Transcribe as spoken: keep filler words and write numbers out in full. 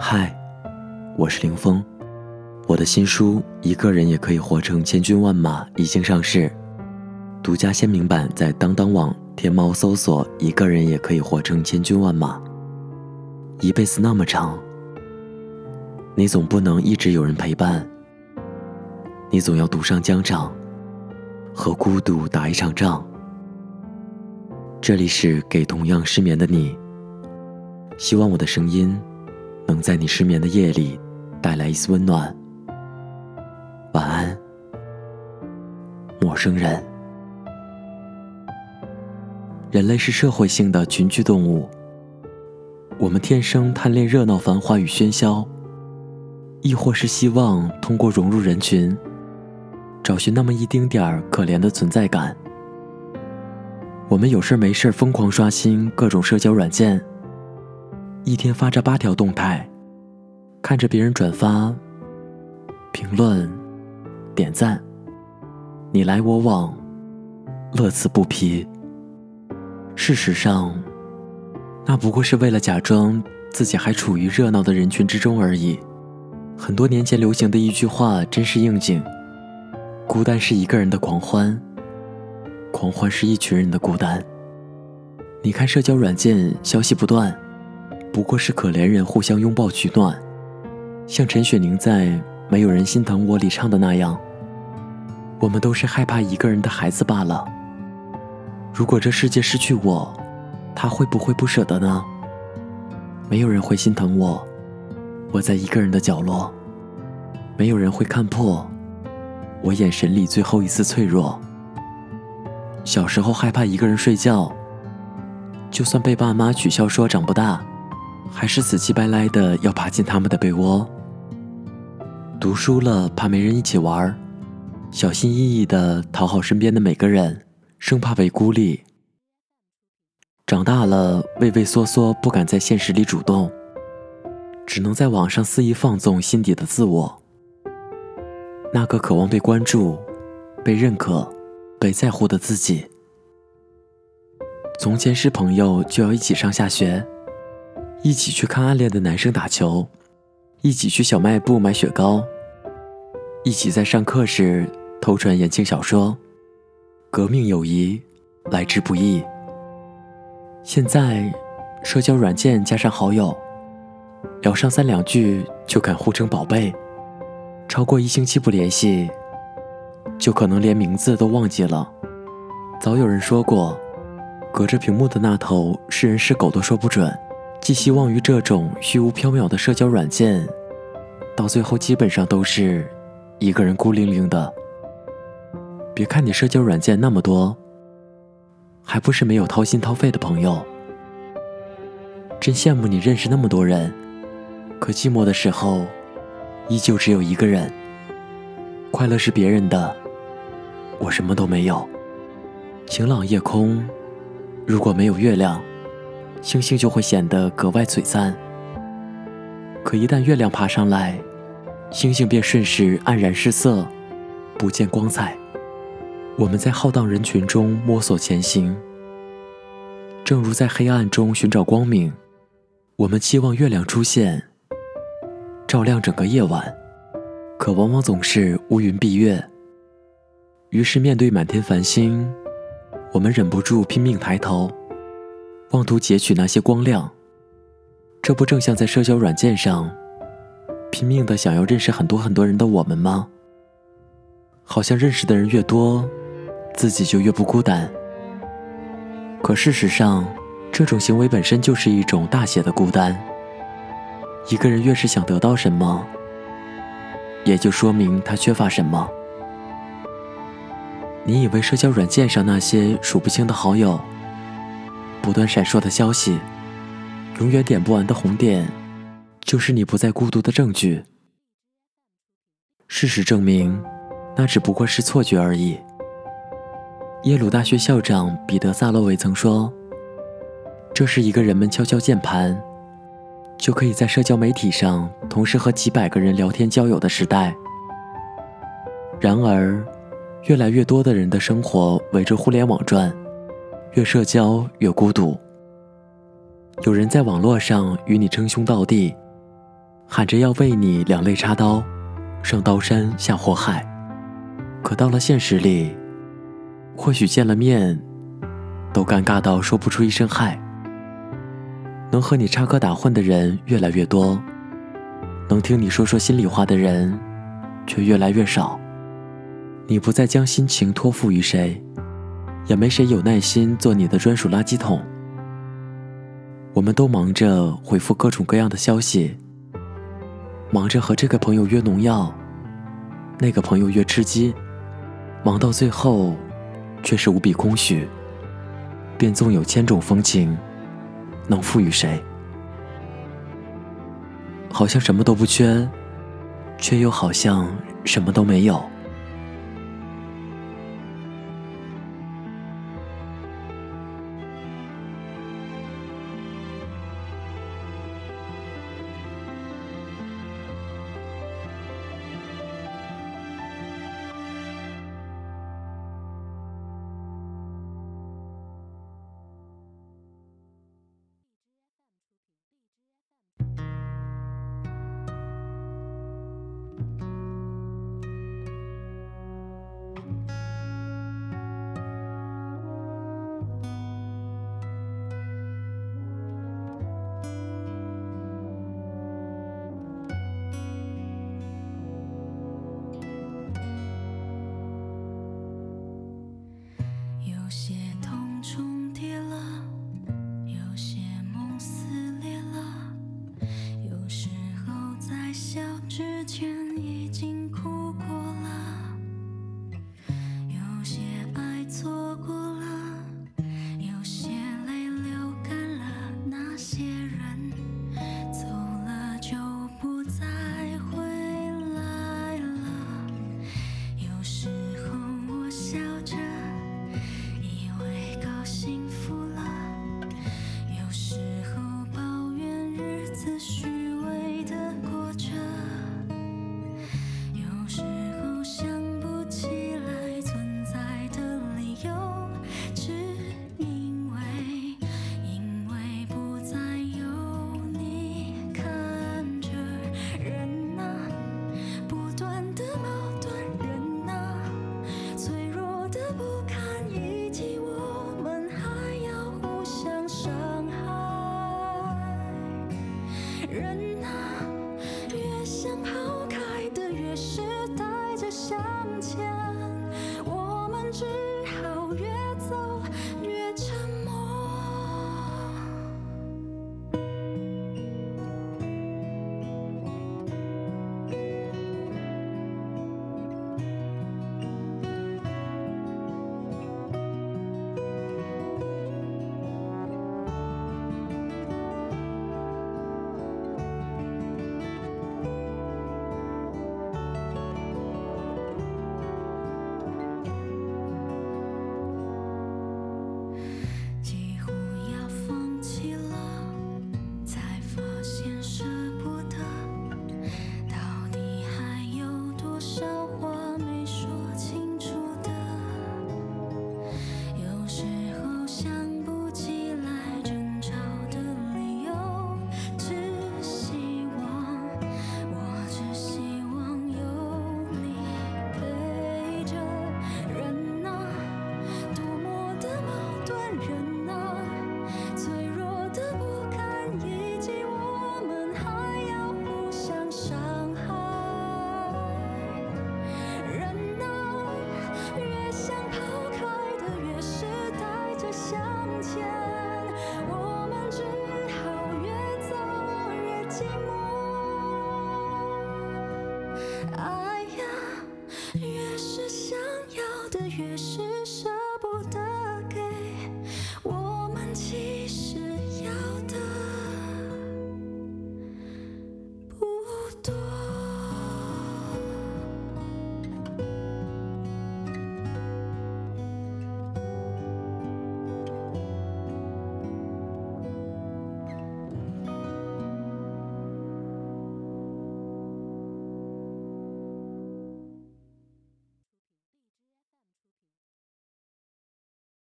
嗨，我是林峰，我的新书《一个人也可以活成千军万马》已经上市，独家签名版在当当网、天猫搜索“一个人也可以活成千军万马”。一辈子那么长，你总不能一直有人陪伴，你总要独上疆场，和孤独打一场仗。这里是给同样失眠的你，希望我的声音能在你失眠的夜里带来一丝温暖。晚安，陌生人。人类是社会性的群居动物，我们天生贪恋热闹繁华与喧嚣，亦或是希望通过融入人群，找寻那么一丁点儿可怜的存在感。我们有事没事疯狂刷新各种社交软件，一天发着八条动态，看着别人转发、评论、点赞，你来我往，乐此不疲。事实上，那不过是为了假装自己还处于热闹的人群之中而已。很多年前流行的一句话真是应景：孤单是一个人的狂欢，狂欢是一群人的孤单。你看社交软件消息不断，不过是可怜人互相拥抱取暖，像陈雪凝在《没有人心疼我》里唱的那样，我们都是害怕一个人的孩子罢了。如果这世界失去我，他会不会不舍得呢？没有人会心疼我，我在一个人的角落，没有人会看破我眼神里最后一丝脆弱。小时候害怕一个人睡觉，就算被爸妈取笑说长不大，还是死乞白赖的要爬进他们的被窝。读书了怕没人一起玩，小心翼翼地讨好身边的每个人，生怕被孤立。长大了畏畏缩缩，不敢在现实里主动，只能在网上肆意放纵心底的自我，那个渴望被关注、被认可、被在乎的自己。从前是朋友就要一起上下学，一起去看暗恋的男生打球，一起去小卖部买雪糕，一起在上课时偷传言情小说。革命友谊来之不易。现在社交软件加上好友，聊上三两句就敢互称宝贝，超过一星期不联系，就可能连名字都忘记了。早有人说过，隔着屏幕的那头是人是狗都说不准。寄希望于这种虚无缥缈的社交软件，到最后基本上都是一个人孤零零的。别看你社交软件那么多，还不是没有掏心掏肺的朋友。真羡慕你认识那么多人，可寂寞的时候依旧只有一个人。快乐是别人的，我什么都没有。晴朗夜空，如果没有月亮，星星就会显得格外璀璨。可一旦月亮爬上来，星星便顺势黯然失色，不见光彩。我们在浩荡人群中摸索前行，正如在黑暗中寻找光明，我们期望月亮出现，照亮整个夜晚，可往往总是乌云蔽月。于是面对满天繁星，我们忍不住拼命抬头，妄图截取那些光亮。这不正像在社交软件上拼命地想要认识很多很多人的我们吗？好像认识的人越多，自己就越不孤单。可事实上，这种行为本身就是一种大写的孤单。一个人越是想得到什么，也就说明他缺乏什么。你以为社交软件上那些数不清的好友，不断闪烁的消息，永远点不完的红点，就是你不再孤独的证据。事实证明，那只不过是错觉而已。耶鲁大学校长彼得·萨洛维曾说，这是一个人们敲敲键盘就可以在社交媒体上同时和几百个人聊天交友的时代。然而，越来越多的人的生活围着互联网转，越社交越孤独。有人在网络上与你称兄道弟， 喊着要为你两肋插刀，上刀山下火海。可到了现实里，或许见了面都尴尬到说不出一声嗨。能和你插科打诨的人越来越多，能听你说说心里话的人却越来越少。你不再将心情托付于谁，也没谁有耐心做你的专属垃圾桶。我们都忙着回复各种各样的消息，忙着和这个朋友约农药，那个朋友约吃鸡，忙到最后却是无比空虚，便纵有千种风情，能赋予谁？好像什么都不缺，却又好像什么都没有。 有些痛重叠了，有些梦撕裂了，有时候在笑之前已经哭过了，有些爱错过了，有些泪流干了，那些人走了就不再回来了。有时候我笑着以为够幸福了，有时候抱怨日子虚伪的过着，有时候想不起来存在的理由，只因为因为不再有你看着。人啊，不断的矛盾，人啊，脆弱的不堪一击，我们还要互相伤害。人啊，越想抛开的越是带着向前，我们只好越走越沉默。几乎要放弃了，才发现舍不得，到底还有多少话没说清楚的。有时候想不起来争吵的理由，只希望，我只希望有你陪着。人啊，多么的矛盾，人啊，脆弱的不堪一击，我们还要互相伤害。人啊，越想抛开的越是带着向前，